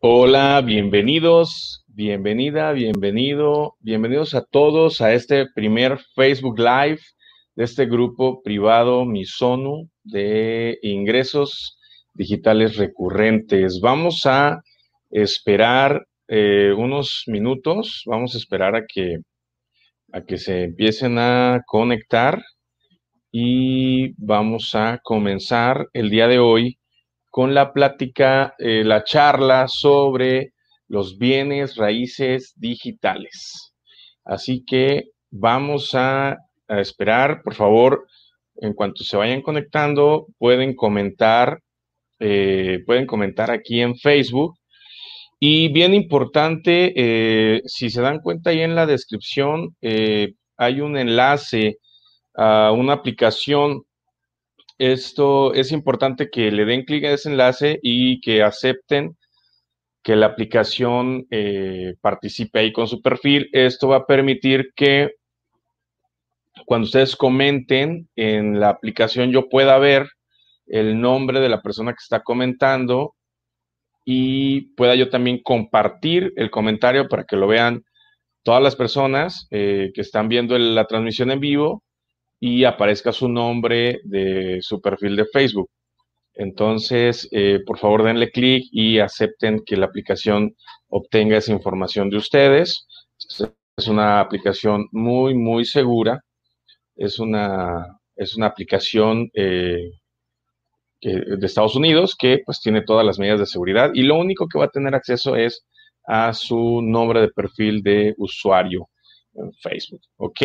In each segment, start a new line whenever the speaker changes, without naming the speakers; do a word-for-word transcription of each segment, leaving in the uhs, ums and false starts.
Hola, bienvenidos, bienvenida, bienvenido, bienvenidos a todos a este primer Facebook Live de este grupo privado Misonu de ingresos digitales recurrentes. Vamos a esperar eh, unos minutos, vamos a esperar a que, a que se empiecen a conectar y vamos a comenzar el día de hoy con la plática, eh, la charla sobre los bienes raíces digitales. Así que vamos a, a esperar, por favor, en cuanto se vayan conectando, pueden comentar, eh, pueden comentar aquí en Facebook. Y bien importante, eh, si se dan cuenta ahí en la descripción, eh, hay un enlace a una aplicación. Esto es importante que le den clic a ese enlace y que acepten que la aplicación eh, participe ahí con su perfil. Esto va a permitir que cuando ustedes comenten en la aplicación yo pueda ver el nombre de la persona que está comentando y pueda yo también compartir el comentario para que lo vean todas las personas eh, que están viendo el, la transmisión en vivo y aparezca su nombre de su perfil de Facebook. Entonces, eh, por favor, denle clic y acepten que la aplicación obtenga esa información de ustedes. Es una aplicación muy, muy segura. Es una, es una aplicación eh, que, de Estados Unidos que pues tiene todas las medidas de seguridad y lo único que va a tener acceso es a su nombre de perfil de usuario en Facebook. ¿Ok?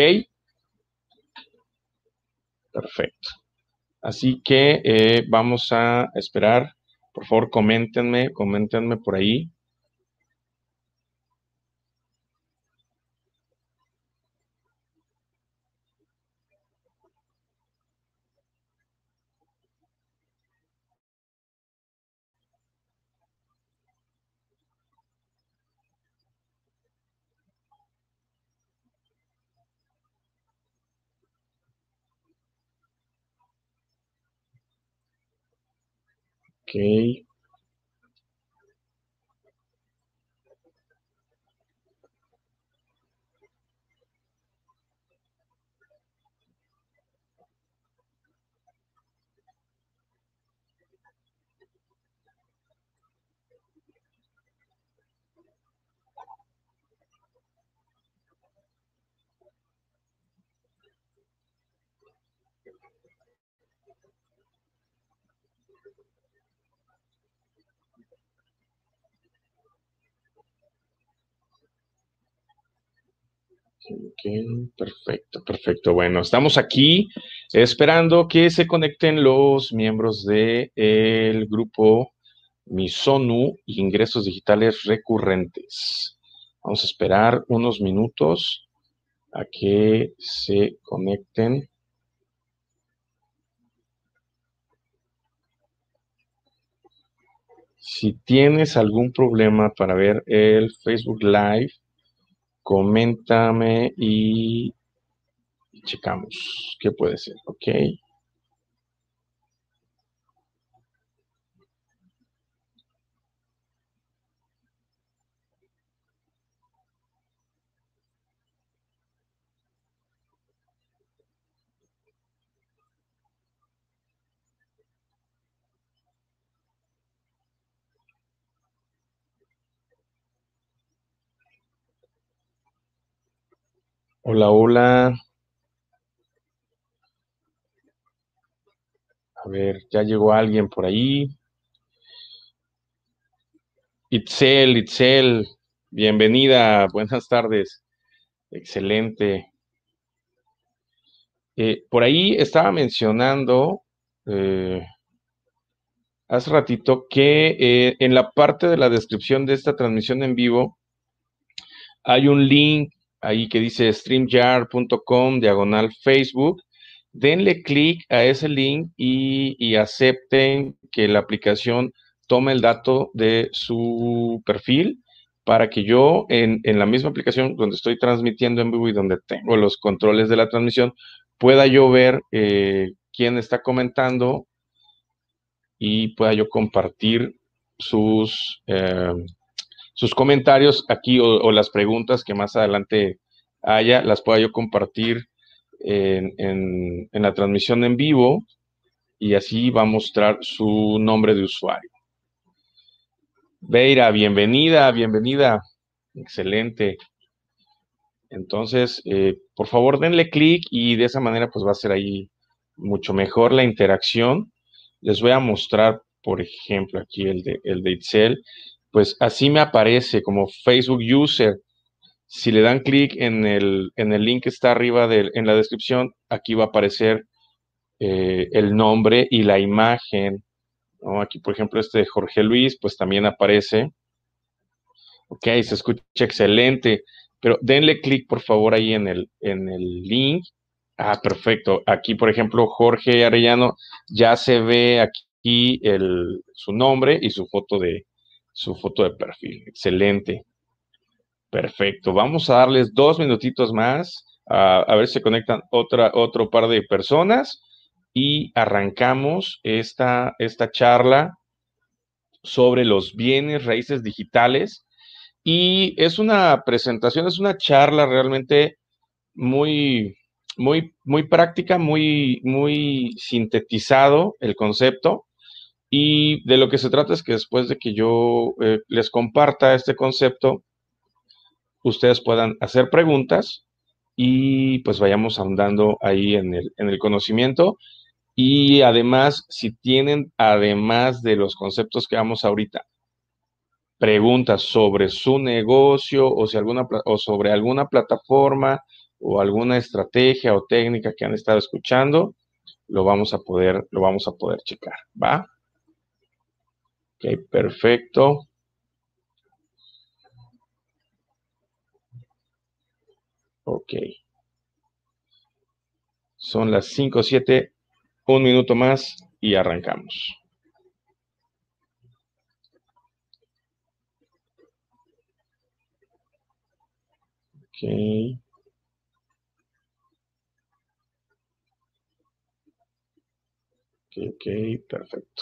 Perfecto. Así que eh, vamos a esperar. Por favor, coméntenme, coméntenme por ahí. Ok. Ok, perfecto, perfecto. Bueno, estamos aquí esperando que se conecten los miembros del grupo Misonu Ingresos Digitales Recurrentes. Vamos a esperar unos minutos a que se conecten. Si tienes algún problema para ver el Facebook Live, coméntame y checamos qué puede ser, ¿ok? Hola, hola. A ver, ya llegó alguien por ahí. Itzel, Itzel, bienvenida, buenas tardes. Excelente. Eh, por ahí estaba mencionando eh, hace ratito que eh, en la parte de la descripción de esta transmisión en vivo hay un link ahí que dice streamyard punto com diagonal Facebook. Denle clic a ese link y, y acepten que la aplicación tome el dato de su perfil para que yo en, en la misma aplicación donde estoy transmitiendo en vivo y donde tengo los controles de la transmisión, pueda yo ver eh, quién está comentando y pueda yo compartir sus, eh, sus comentarios aquí o, o las preguntas que más adelante haya, las pueda yo compartir en, en, en la transmisión en vivo y así va a mostrar su nombre de usuario. Beira, bienvenida, bienvenida. Excelente. Entonces, eh, por favor, denle clic y de esa manera pues va a ser ahí mucho mejor la interacción. Les voy a mostrar, por ejemplo, aquí el de, el de Itzel. Pues así me aparece como Facebook User. Si le dan clic en el, en el link que está arriba de, en la descripción, aquí va a aparecer eh, el nombre y la imagen, ¿no? Aquí, por ejemplo, este de Jorge Luis, pues también aparece. Ok, se escucha excelente, pero denle clic, por favor, ahí en el, en el link. Ah, perfecto. Aquí, por ejemplo, Jorge Arellano, ya se ve aquí el, su nombre y su foto de, su foto de perfil. Excelente. Perfecto. Vamos a darles dos minutitos más a, a ver si se conectan otra, otro par de personas y arrancamos esta, esta charla sobre los bienes raíces digitales. Y es una presentación, es una charla realmente muy, muy, muy práctica, muy, muy sintetizado el concepto. Y de lo que se trata es que después de que yo eh, les comparta este concepto, ustedes puedan hacer preguntas y pues vayamos andando ahí en el, en el conocimiento. Y además, si tienen, además de los conceptos que vamos ahorita, preguntas sobre su negocio o, si alguna, o sobre alguna plataforma o alguna estrategia o técnica que han estado escuchando, lo vamos a poder, lo vamos a poder checar, ¿va? Ok, perfecto. Ok. Son las cinco siete, un minuto más y arrancamos. Ok. Ok, ok, perfecto.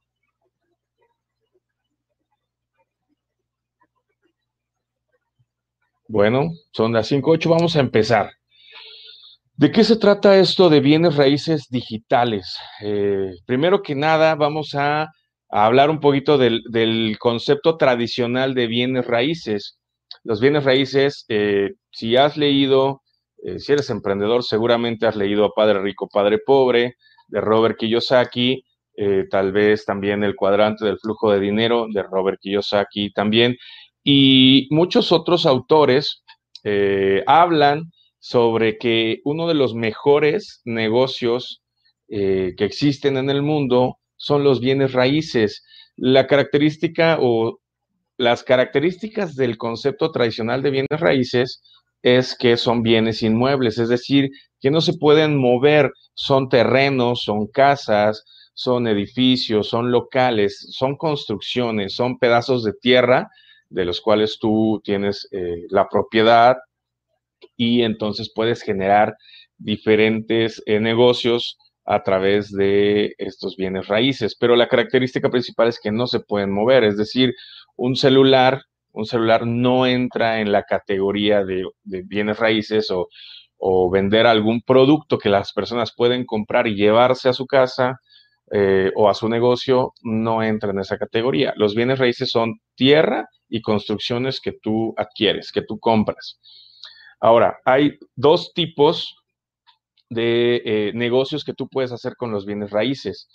Bueno, son las cinco ocho, vamos a empezar. ¿De qué se trata esto de bienes raíces digitales? Eh, primero que nada, vamos a, a hablar un poquito del, del, concepto tradicional de bienes raíces. Los bienes raíces, eh, si has leído, eh, si eres emprendedor, seguramente has leído Padre Rico, Padre Pobre, de Robert Kiyosaki, eh, tal vez también El cuadrante del flujo de dinero, de Robert Kiyosaki también, y muchos otros autores eh, hablan sobre que uno de los mejores negocios eh, que existen en el mundo son los bienes raíces. La característica o las características del concepto tradicional de bienes raíces es que son bienes inmuebles, es decir, que no se pueden mover, son terrenos, son casas, son edificios, son locales, son construcciones, son pedazos de tierra de los cuales tú tienes eh, la propiedad y entonces puedes generar diferentes eh, negocios a través de estos bienes raíces. Pero la característica principal es que no se pueden mover, es decir, un celular, un celular no entra en la categoría de, de bienes raíces o, o vender algún producto que las personas pueden comprar y llevarse a su casa eh, o a su negocio, no entra en esa categoría. Los bienes raíces son tierra y construcciones que tú adquieres, que tú compras. Ahora, hay dos tipos de eh, negocios que tú puedes hacer con los bienes raíces.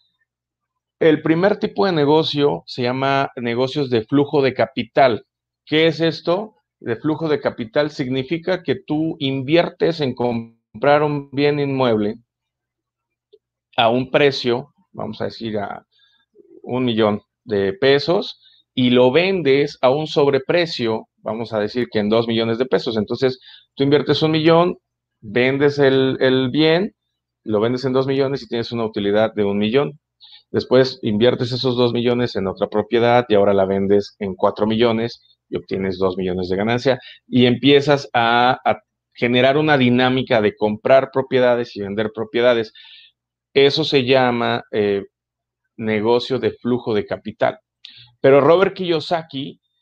El primer tipo de negocio se llama negocios de flujo de capital. ¿Qué es esto? De flujo de capital significa que tú inviertes en comprar un bien inmueble a un precio, vamos a decir a un millón de pesos, y lo vendes a un sobreprecio, vamos a decir que en dos millones de pesos. Entonces, tú inviertes un millón, vendes el, el bien, lo vendes en dos millones y tienes una utilidad de un millón. Después inviertes esos dos millones en otra propiedad y ahora la vendes en cuatro millones y obtienes dos millones de ganancia y empiezas a, a generar una dinámica de comprar propiedades y vender propiedades. Eso se llama eh, negocio de flujo de capital. Pero Robert Kiyosaki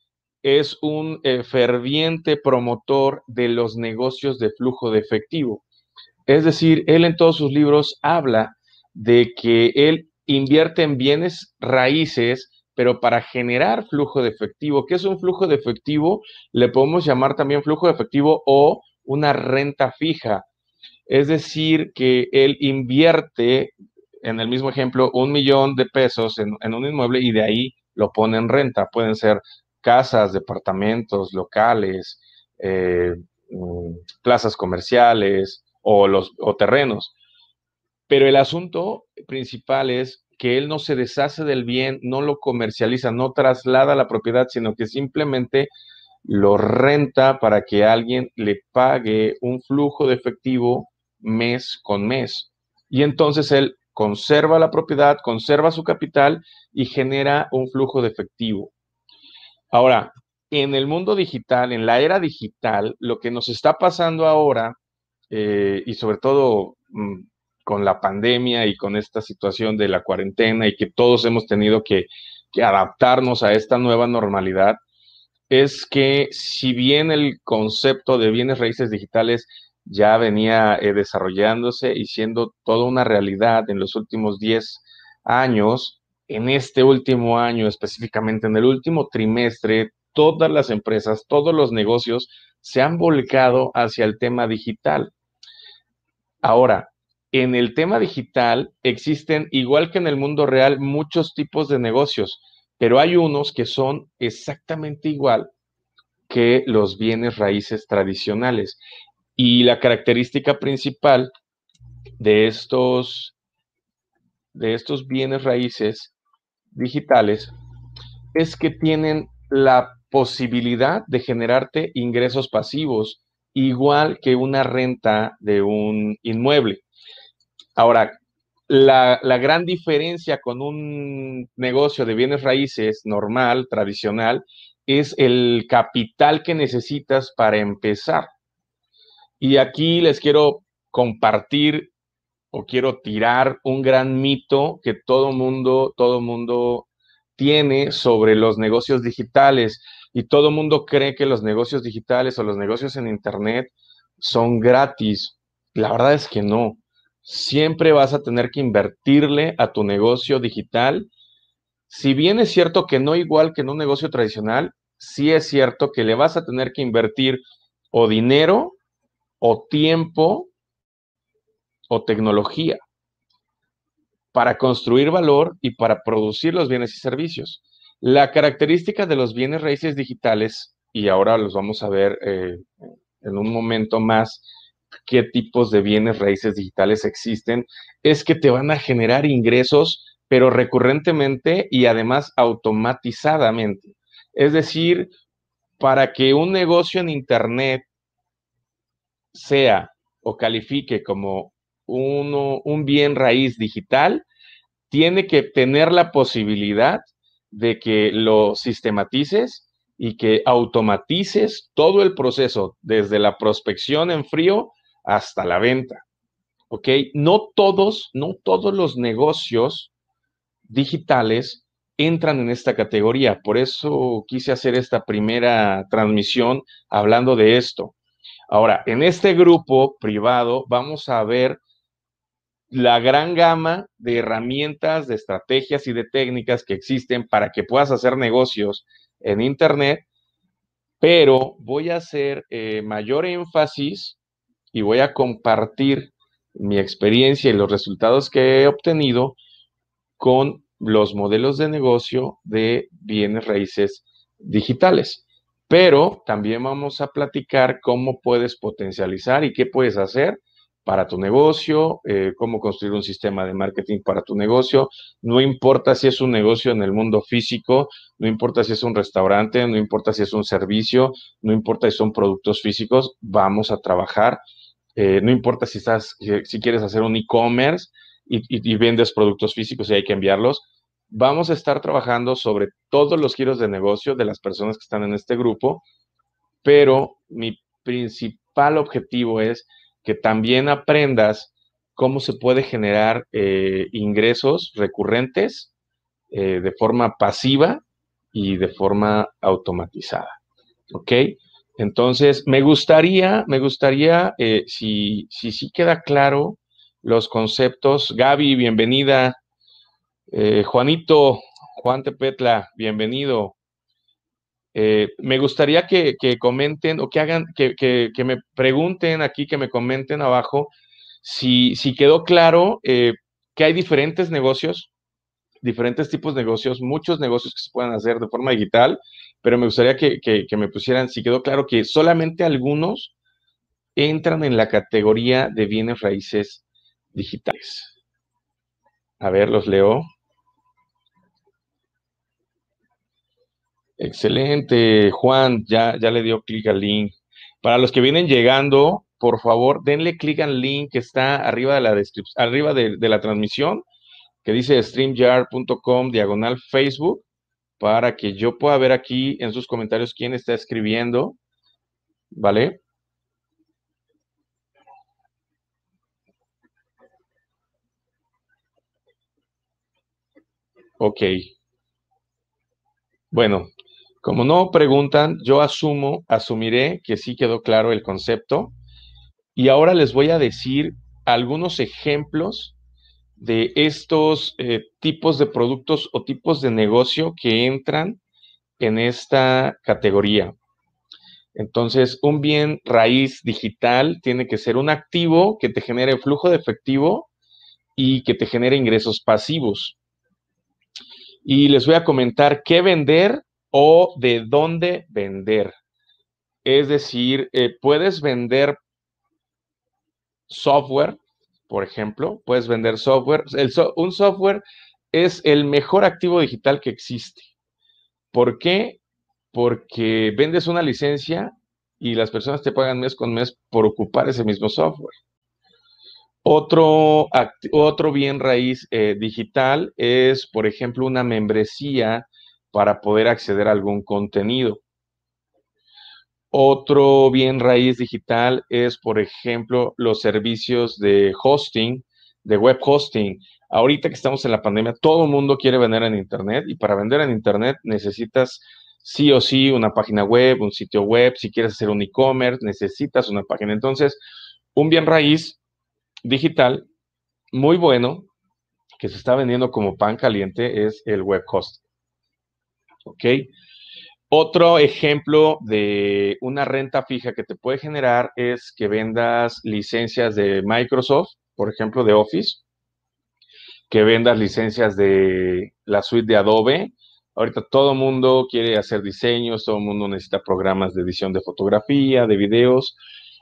es un eh, ferviente promotor de los negocios de flujo de efectivo. Es decir, él en todos sus libros habla de que él invierte en bienes raíces, pero para generar flujo de efectivo. ¿Qué es un flujo de efectivo? Le podemos llamar también flujo de efectivo o una renta fija. Es decir, que él invierte, en el mismo ejemplo, un millón de pesos en, en un inmueble y de ahí lo pone en renta. Pueden ser casas, departamentos, locales, eh, mm, plazas comerciales o, los, o terrenos. Pero el asunto principal es que él no se deshace del bien, no lo comercializa, no traslada la propiedad, sino que simplemente lo renta para que alguien le pague un flujo de efectivo mes con mes. Y entonces él conserva la propiedad, conserva su capital y genera un flujo de efectivo. Ahora, en el mundo digital, en la era digital, lo que nos está pasando ahora, eh, y sobre todo mmm, con la pandemia y con esta situación de la cuarentena y que todos hemos tenido que, que adaptarnos a esta nueva normalidad, es que si bien el concepto de bienes raíces digitales ya venía eh, desarrollándose y siendo toda una realidad en los últimos diez años, en este último año, específicamente en el último trimestre, todas las empresas, todos los negocios se han volcado hacia el tema digital. Ahora, en el tema digital existen, igual que en el mundo real, muchos tipos de negocios, pero hay unos que son exactamente igual que los bienes raíces tradicionales. Y la característica principal de estos, de estos bienes raíces digitales es que tienen la posibilidad de generarte ingresos pasivos, igual que una renta de un inmueble. Ahora, la, la gran diferencia con un negocio de bienes raíces normal, tradicional, es el capital que necesitas para empezar. Y aquí les quiero compartir o quiero tirar un gran mito que todo mundo, todo mundo tiene sobre los negocios digitales. Y todo mundo cree que los negocios digitales o los negocios en Internet son gratis. La verdad es que no. Siempre vas a tener que invertirle a tu negocio digital. Si bien es cierto que no igual que en un negocio tradicional, sí es cierto que le vas a tener que invertir o dinero o tiempo o tecnología para construir valor y para producir los bienes y servicios. La característica de los bienes raíces digitales, y ahora los vamos a ver eh, en un momento más, qué tipos de bienes raíces digitales existen, es que te van a generar ingresos, pero recurrentemente y además automatizadamente. Es decir, para que un negocio en Internet sea o califique como uno, un bien raíz digital, tiene que tener la posibilidad de que lo sistematices y que automatices todo el proceso, desde la prospección en frío hasta la venta. ¿Ok? No todos, no todos los negocios digitales entran en esta categoría. Por eso quise hacer esta primera transmisión hablando de esto. Ahora, en este grupo privado vamos a ver la gran gama de herramientas, de estrategias y de técnicas que existen para que puedas hacer negocios en Internet, pero voy a hacer eh, mayor énfasis y voy a compartir mi experiencia y los resultados que he obtenido con los modelos de negocio de bienes raíces digitales. Pero también vamos a platicar cómo puedes potencializar y qué puedes hacer para tu negocio, eh, cómo construir un sistema de marketing para tu negocio. No importa si es un negocio en el mundo físico, no importa si es un restaurante, no importa si es un servicio, no importa si son productos físicos, vamos a trabajar. Eh, no importa si, estás, si, si quieres hacer un e-commerce y, y, y vendes productos físicos y hay que enviarlos. Vamos a estar trabajando sobre todos los giros de negocio de las personas que están en este grupo, pero mi principal objetivo es que también aprendas cómo se puede generar eh, ingresos recurrentes eh, de forma pasiva y de forma automatizada. ¿Ok? Entonces, me gustaría, me gustaría, eh, si, si sí queda claro los conceptos. Gaby, bienvenida. Eh, Juanito, Juan Tepetla, bienvenido. Eh, me gustaría que, que, comenten o que hagan, que, que, que, me pregunten aquí, que me comenten abajo si, si quedó claro eh, que hay diferentes negocios, diferentes tipos de negocios, muchos negocios que se pueden hacer de forma digital, pero me gustaría que, que, que me pusieran si quedó claro que solamente algunos entran en la categoría de bienes raíces digitales. A ver, los leo. Excelente, Juan, ya, ya le dio clic al link. Para los que vienen llegando, por favor, denle clic al link que está arriba de la descripción, arriba de, de la transmisión, que dice streamyard punto com diagonal Facebook, para que yo pueda ver aquí en sus comentarios quién está escribiendo, ¿vale? Ok. Bueno, como no preguntan, yo asumo, asumiré que sí quedó claro el concepto. Y ahora les voy a decir algunos ejemplos de estos eh, tipos de productos o tipos de negocio que entran en esta categoría. Entonces, un bien raíz digital tiene que ser un activo que te genere flujo de efectivo y que te genere ingresos pasivos. Y les voy a comentar qué vender o de dónde vender. Es decir, eh, puedes vender software, por ejemplo, puedes vender software. El so un software es el mejor activo digital que existe. ¿Por qué? Porque vendes una licencia y las personas te pagan mes con mes por ocupar ese mismo software. Otro, otro bien raíz eh, digital es, por ejemplo, una membresía para poder acceder a algún contenido. Otro bien raíz digital es, por ejemplo, los servicios de hosting, de web hosting. Ahorita que estamos en la pandemia, todo el mundo quiere vender en Internet y para vender en Internet necesitas sí o sí una página web, un sitio web. Si quieres hacer un e-commerce, necesitas una página. Entonces, un bien raíz digital muy bueno que se está vendiendo como pan caliente es el web hosting. ¿Ok? Otro ejemplo de una renta fija que te puede generar es que vendas licencias de Microsoft, por ejemplo, de Office, que vendas licencias de la suite de Adobe. Ahorita todo el mundo quiere hacer diseños, todo el mundo necesita programas de edición de fotografía, de videos,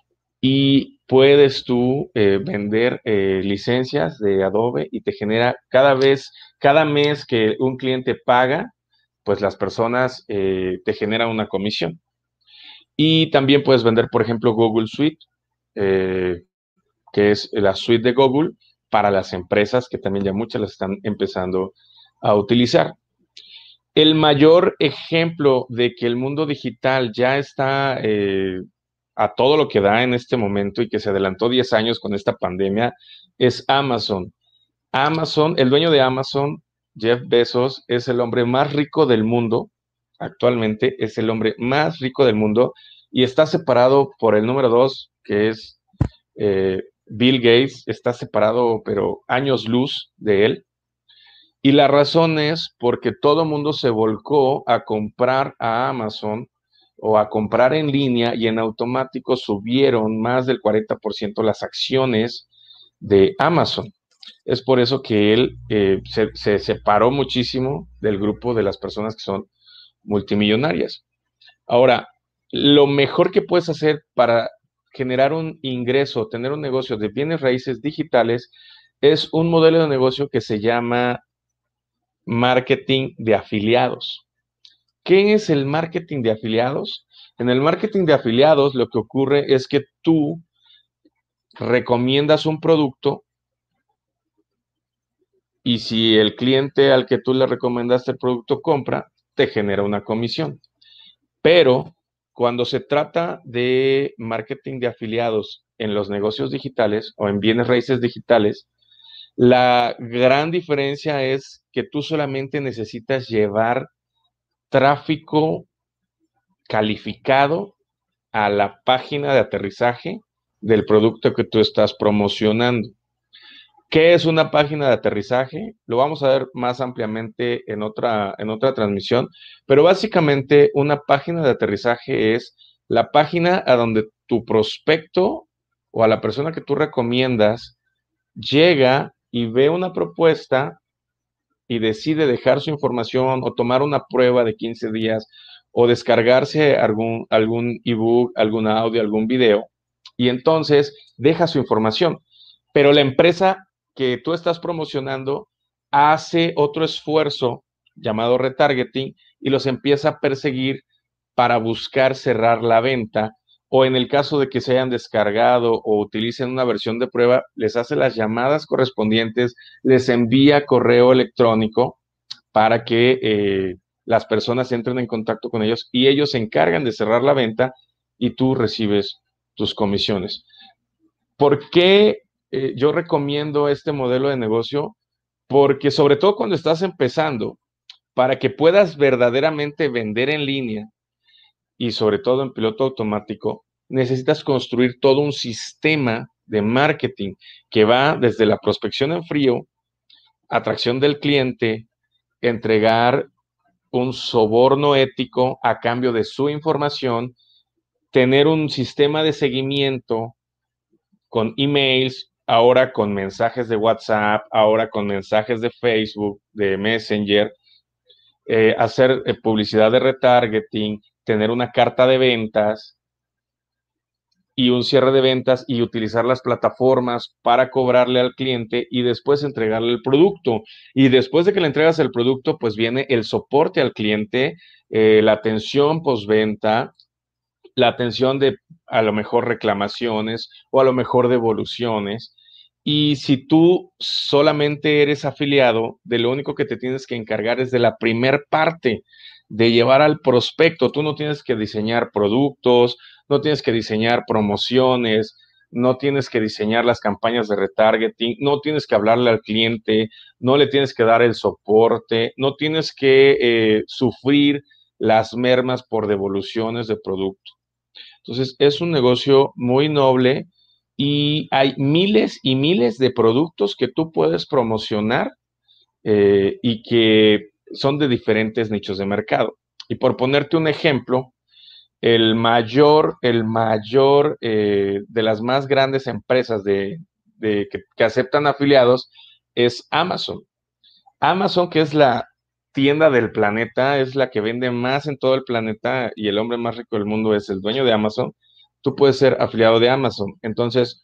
y puedes tú eh, vender eh, licencias de Adobe y te genera cada vez, cada mes que un cliente paga, pues las personas eh, te generan una comisión. Y también puedes vender, por ejemplo, Google Suite, eh, que es la suite de Google para las empresas, que también ya muchas las están empezando a utilizar. El mayor ejemplo de que el mundo digital ya está eh, a todo lo que da en este momento y que se adelantó diez años con esta pandemia es Amazon. Amazon, el dueño de Amazon, Jeff Bezos, es el hombre más rico del mundo. Actualmente es el hombre más rico del mundo y está separado por el número dos, que es eh, Bill Gates. Está separado, pero años luz de él. Y la razón es porque todo el mundo se volcó a comprar a Amazon o a comprar en línea y en automático subieron más del cuarenta por ciento las acciones de Amazon. Es por eso que él eh, se, se separó muchísimo del grupo de las personas que son multimillonarias. Ahora, lo mejor que puedes hacer para generar un ingreso, tener un negocio de bienes raíces digitales, es un modelo de negocio que se llama marketing de afiliados. ¿Qué es el marketing de afiliados? En el marketing de afiliados lo que ocurre es que tú recomiendas un producto y si el cliente al que tú le recomendaste el producto compra, te genera una comisión. Pero cuando se trata de marketing de afiliados en los negocios digitales o en bienes raíces digitales, la gran diferencia es que tú solamente necesitas llevar tráfico calificado a la página de aterrizaje del producto que tú estás promocionando. ¿Qué es una página de aterrizaje? Lo vamos a ver más ampliamente en otra, en otra transmisión, pero básicamente una página de aterrizaje es la página a donde tu prospecto o a la persona que tú recomiendas llega y ve una propuesta y decide dejar su información o tomar una prueba de quince días o descargarse algún, algún ebook, algún audio, algún video, y entonces deja su información. Pero la empresa que tú estás promocionando hace otro esfuerzo llamado retargeting y los empieza a perseguir para buscar cerrar la venta, o en el caso de que se hayan descargado o utilicen una versión de prueba, les hace las llamadas correspondientes, les envía correo electrónico para que eh, las personas entren en contacto con ellos y ellos se encargan de cerrar la venta y tú recibes tus comisiones. ¿Por qué eh, yo recomiendo este modelo de negocio? Porque sobre todo cuando estás empezando, para que puedas verdaderamente vender en línea y sobre todo en piloto automático, necesitas construir todo un sistema de marketing que va desde la prospección en frío, atracción del cliente, entregar un soborno ético a cambio de su información, tener un sistema de seguimiento con emails, ahora con mensajes de WhatsApp, ahora con mensajes de Facebook, de Messenger, eh, hacer eh, publicidad de retargeting, tener una carta de ventas y un cierre de ventas y utilizar las plataformas para cobrarle al cliente y después entregarle el producto. Y después de que le entregas el producto, pues viene el soporte al cliente, eh, la atención postventa, la atención de a lo mejor reclamaciones o a lo mejor devoluciones. Y si tú solamente eres afiliado, de lo único que te tienes que encargar es de la primer parte, de llevar al prospecto. Tú no tienes que diseñar productos, no tienes que diseñar promociones, no tienes que diseñar las campañas de retargeting, no tienes que hablarle al cliente, no le tienes que dar el soporte, no tienes que eh, sufrir las mermas por devoluciones de producto. Entonces, es un negocio muy noble y hay miles y miles de productos que tú puedes promocionar eh, y que son de diferentes nichos de mercado. Y por ponerte un ejemplo, el mayor, el mayor eh, de las más grandes empresas de, de que, que aceptan afiliados es Amazon. Amazon, que es la tienda del planeta, es la que vende más en todo el planeta y el hombre más rico del mundo es el dueño de Amazon. Tú puedes ser afiliado de Amazon. Entonces,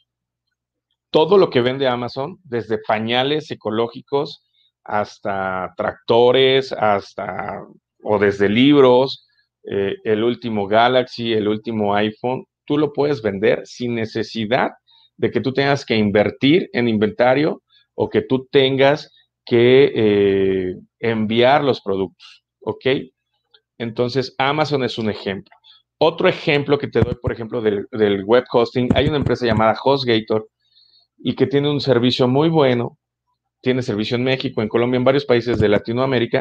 todo lo que vende Amazon, desde pañales ecológicos hasta tractores, hasta o desde libros, eh, el último Galaxy, el último iPhone, tú lo puedes vender sin necesidad de que tú tengas que invertir en inventario o que tú tengas que eh, enviar los productos, ¿ok? Entonces, Amazon es un ejemplo. Otro ejemplo que te doy, por ejemplo, del, del web hosting, hay una empresa llamada HostGator y que tiene un servicio muy bueno, tiene servicio en México, en Colombia, en varios países de Latinoamérica,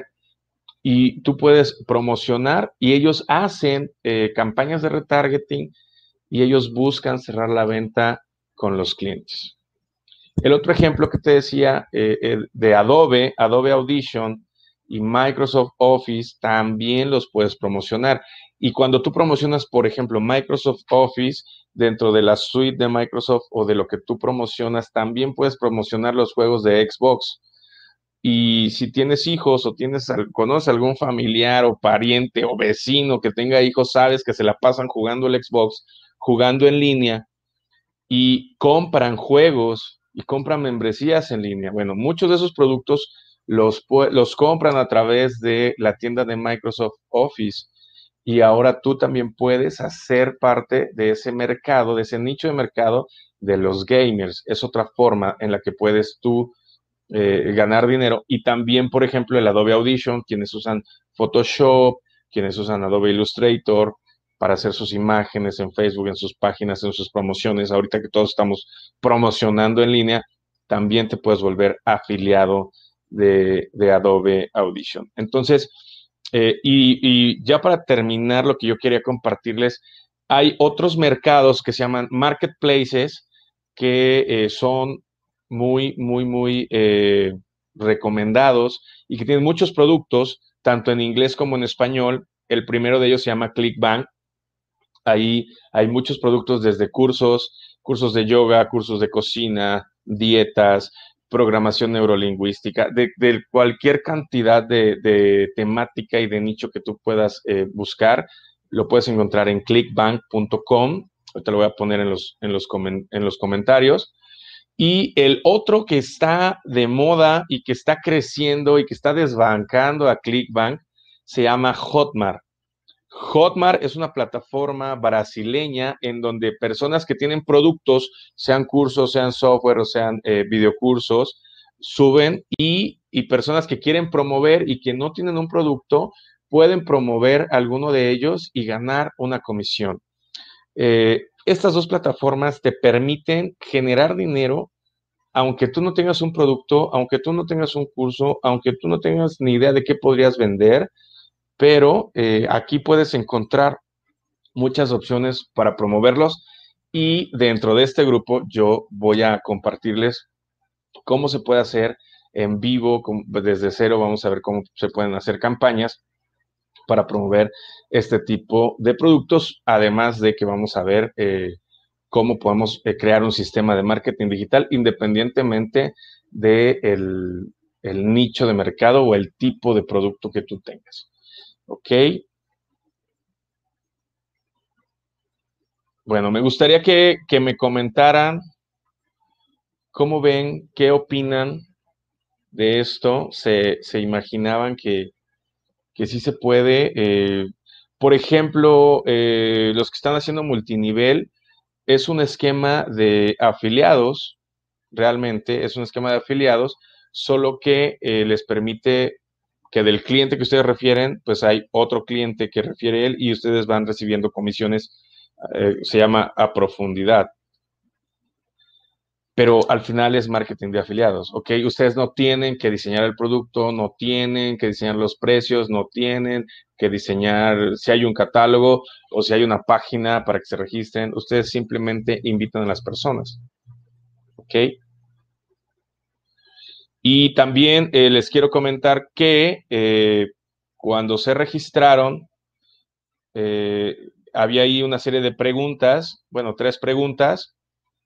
y tú puedes promocionar y ellos hacen eh, campañas de retargeting y ellos buscan cerrar la venta con los clientes. El otro ejemplo que te decía eh, eh, de Adobe, Adobe Audition y Microsoft Office, también los puedes promocionar. Y cuando tú promocionas, por ejemplo, Microsoft Office dentro de la suite de Microsoft o de lo que tú promocionas, también puedes promocionar los juegos de Xbox. Y si tienes hijos o tienes, conoces algún familiar o pariente o vecino que tenga hijos, sabes que se la pasan jugando el Xbox, jugando en línea y compran juegos y compran membresías en línea. Bueno, muchos de esos productos los, los compran a través de la tienda de Microsoft Office y ahora tú también puedes hacer parte de ese mercado, de ese nicho de mercado de los gamers. Es otra forma en la que puedes tú eh, ganar dinero. Y también, por ejemplo, el Adobe Audition, quienes usan Photoshop, quienes usan Adobe Illustrator para hacer sus imágenes en Facebook, en sus páginas, en sus promociones. Ahorita que todos estamos promocionando en línea, también te puedes volver afiliado de, de Adobe Audition. Entonces, Eh, y, y ya para terminar, lo que yo quería compartirles, hay otros mercados que se llaman marketplaces que eh, son muy, muy, muy eh, recomendados y que tienen muchos productos, tanto en inglés como en español. El primero de ellos se llama ClickBank. Ahí hay muchos productos desde cursos, cursos de yoga, cursos de cocina, dietas, programación neurolingüística, de, de cualquier cantidad de, de, temática y de nicho que tú puedas eh, buscar, lo puedes encontrar en clickbank punto com. Ahorita lo voy a poner en los, en los, comen, en los comentarios. Y el otro que está de moda y que está creciendo y que está desbancando a ClickBank se llama Hotmart. Hotmart es una plataforma brasileña en donde personas que tienen productos, sean cursos, sean software o sean eh, videocursos, suben y, y personas que quieren promover y que no tienen un producto, pueden promover alguno de ellos y ganar una comisión. Eh, estas dos plataformas te permiten generar dinero aunque tú no tengas un producto, aunque tú no tengas un curso, aunque tú no tengas ni idea de qué podrías vender, pero eh, aquí puedes encontrar muchas opciones para promoverlos y dentro de este grupo yo voy a compartirles cómo se puede hacer en vivo, desde cero vamos a ver cómo se pueden hacer campañas para promover este tipo de productos, además de que vamos a ver eh, cómo podemos eh, crear un sistema de marketing digital independientemente del de el nicho de mercado o el tipo de producto que tú tengas. ¿Ok? Bueno, me gustaría que, que me comentaran cómo ven, qué opinan de esto. ¿Se, se imaginaban que, que sí se puede? Eh, por ejemplo, eh, los que están haciendo multinivel, es un esquema de afiliados, realmente es un esquema de afiliados, solo que eh, les permite que del cliente que ustedes refieren, pues hay otro cliente que refiere él y ustedes van recibiendo comisiones, eh, se llama a profundidad. Pero al final es marketing de afiliados, ¿ok? Ustedes no tienen que diseñar el producto, no tienen que diseñar los precios, no tienen que diseñar si hay un catálogo o si hay una página para que se registren. Ustedes simplemente invitan a las personas, ¿ok? Y también eh, les quiero comentar que eh, cuando se registraron, eh, había ahí una serie de preguntas, bueno, tres preguntas,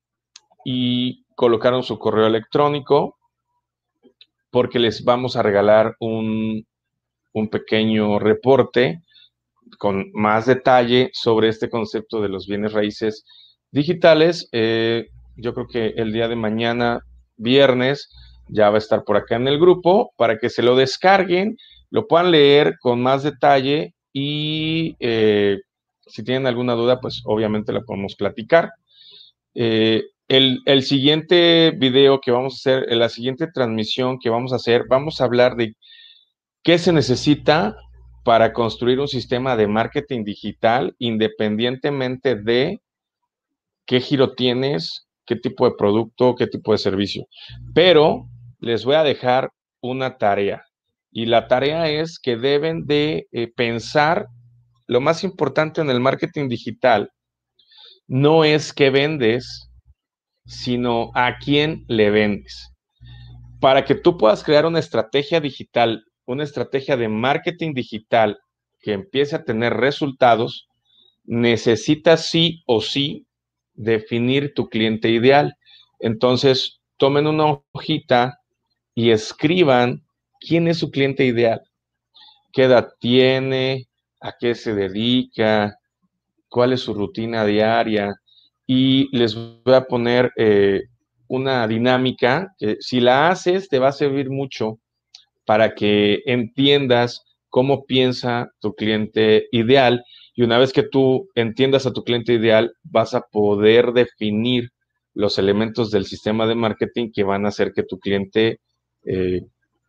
y colocaron su correo electrónico porque les vamos a regalar un, un pequeño reporte con más detalle sobre este concepto de los bienes raíces digitales. Eh, yo creo que el día de mañana, viernes, ya va a estar por acá en el grupo para que se lo descarguen, lo puedan leer con más detalle y eh, si tienen alguna duda, pues obviamente la podemos platicar. Eh, el, el, siguiente video que vamos a hacer, la siguiente transmisión que vamos a hacer, vamos a hablar de qué se necesita para construir un sistema de marketing digital independientemente de qué giro tienes, qué tipo de producto, qué tipo de servicio. Pero les voy a dejar una tarea y la tarea es que deben de eh, pensar, lo más importante en el marketing digital no es qué vendes, sino a quién le vendes. Para que tú puedas crear una estrategia digital, una estrategia de marketing digital que empiece a tener resultados, necesitas sí o sí definir tu cliente ideal. Entonces, tomen una hojita y escriban quién es su cliente ideal, qué edad tiene, a qué se dedica, cuál es su rutina diaria. Y les voy a poner eh, una dinámica que si la haces te va a servir mucho para que entiendas cómo piensa tu cliente ideal y una vez que tú entiendas a tu cliente ideal vas a poder definir los elementos del sistema de marketing que van a hacer que tu cliente eh,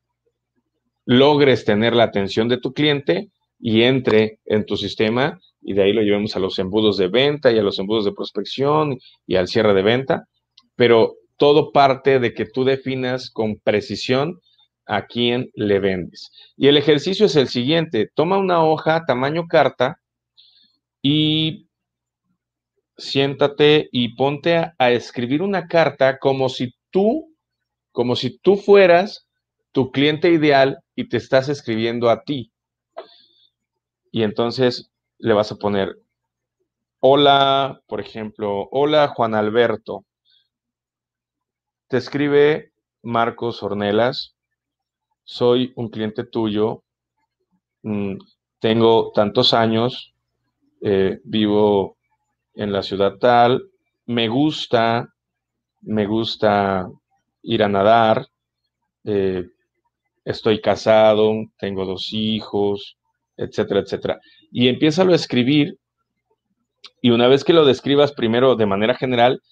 logres tener la atención de tu cliente y entre en tu sistema y de ahí lo llevemos a los embudos de venta y a los embudos de prospección y al cierre de venta, pero todo parte de que tú definas con precisión a quién le vendes. Y el ejercicio es el siguiente: toma una hoja tamaño carta y siéntate y ponte a, a escribir una carta como si tú, como si tú fueras tu cliente ideal y te estás escribiendo a ti. Y entonces le vas a poner: hola, por ejemplo, hola Juan Alberto, te escribe Marcos Ornelas, soy un cliente tuyo, mmm, tengo tantos años, eh, vivo en la ciudad tal, me gusta, me gusta ir a nadar, eh, estoy casado, tengo dos hijos, etcétera, etcétera. Y empiézalo a escribir, y una vez que lo describas primero de manera general,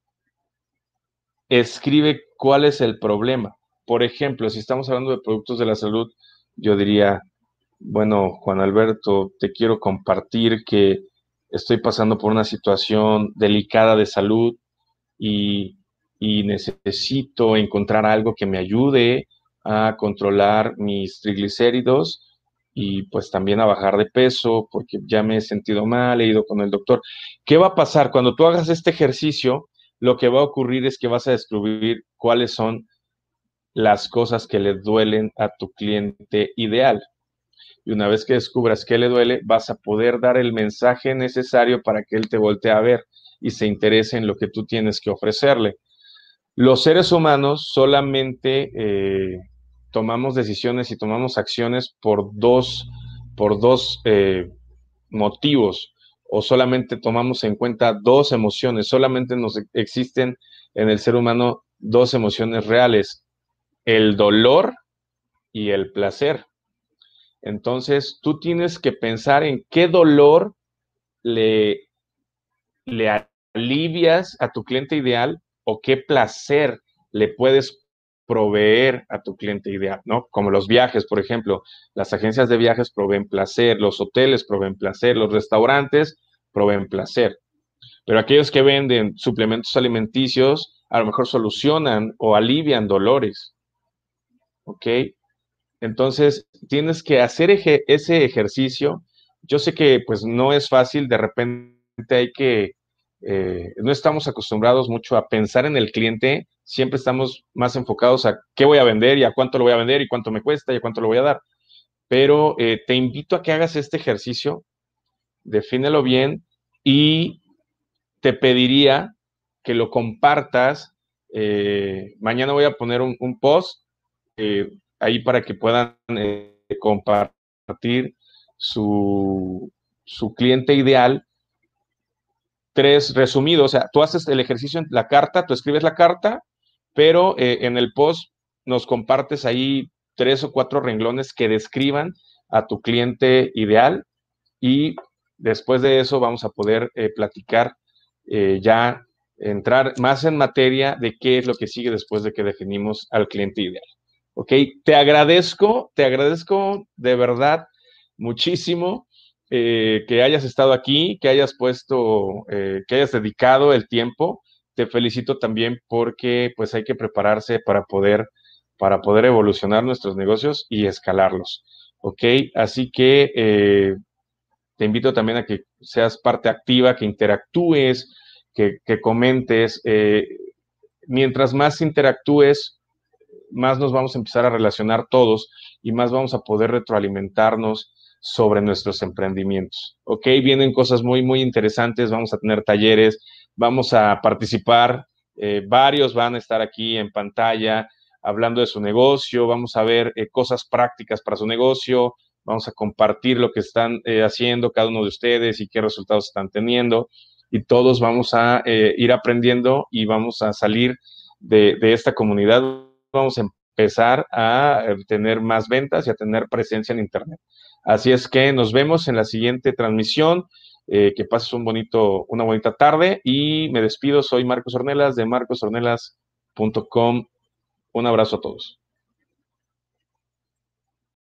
escribe cuál es el problema. Por ejemplo, si estamos hablando de productos de la salud, yo diría: bueno, Juan Alberto, te quiero compartir que estoy pasando por una situación delicada de salud y, y necesito encontrar algo que me ayude a controlar mis triglicéridos y pues también a bajar de peso porque ya me he sentido mal, he ido con el doctor. ¿Qué va a pasar? Cuando tú hagas este ejercicio, lo que va a ocurrir es que vas a descubrir cuáles son las cosas que le duelen a tu cliente ideal. Y una vez que descubras qué le duele, vas a poder dar el mensaje necesario para que él te voltee a ver y se interese en lo que tú tienes que ofrecerle. Los seres humanos solamente eh, tomamos decisiones y tomamos acciones por dos, por dos eh, motivos, o solamente tomamos en cuenta dos emociones. Solamente nos existen en el ser humano dos emociones reales: el dolor y el placer. Entonces, tú tienes que pensar en qué dolor le, le alivias a tu cliente ideal o qué placer le puedes proveer a tu cliente ideal, ¿no? Como los viajes, por ejemplo. Las agencias de viajes proveen placer, los hoteles proveen placer, los restaurantes proveen placer. Pero aquellos que venden suplementos alimenticios a lo mejor solucionan o alivian dolores, ¿ok? Entonces, tienes que hacer eje ese ejercicio. Yo sé que pues no es fácil, de repente hay que, eh, no estamos acostumbrados mucho a pensar en el cliente, siempre estamos más enfocados a qué voy a vender y a cuánto lo voy a vender y cuánto me cuesta y a cuánto lo voy a dar. Pero eh, te invito a que hagas este ejercicio, defínelo bien y te pediría que lo compartas. Eh, mañana voy a poner un, un post eh, ahí para que puedan eh, compartir su, su cliente ideal. Tres resumidos, o sea, tú haces el ejercicio en la carta, tú escribes la carta, pero eh, en el post nos compartes ahí tres o cuatro renglones que describan a tu cliente ideal, y después de eso vamos a poder eh, platicar, eh, ya entrar más en materia de qué es lo que sigue después de que definimos al cliente ideal. Ok, te agradezco, te agradezco de verdad muchísimo eh, que hayas estado aquí, que hayas puesto, eh, que hayas dedicado el tiempo. Te felicito también porque pues hay que prepararse para poder, para poder evolucionar nuestros negocios y escalarlos. Ok, así que eh, te invito también a que seas parte activa, que interactúes, que, que comentes. Eh, mientras más interactúes, más nos vamos a empezar a relacionar todos y más vamos a poder retroalimentarnos sobre nuestros emprendimientos. Ok, vienen cosas muy, muy interesantes. Vamos a tener talleres, vamos a participar, eh, varios van a estar aquí en pantalla hablando de su negocio. Vamos a ver eh, cosas prácticas para su negocio. Vamos a compartir lo que están eh, haciendo cada uno de ustedes y qué resultados están teniendo. Y todos vamos a eh, ir aprendiendo y vamos a salir de, de esta comunidad. Vamos a empezar a tener más ventas y a tener presencia en Internet. Así es que nos vemos en la siguiente transmisión. Eh, que pases un bonito, una bonita tarde y me despido. Soy Marcos Ornelas de marcos ornelas punto com. Un abrazo a todos.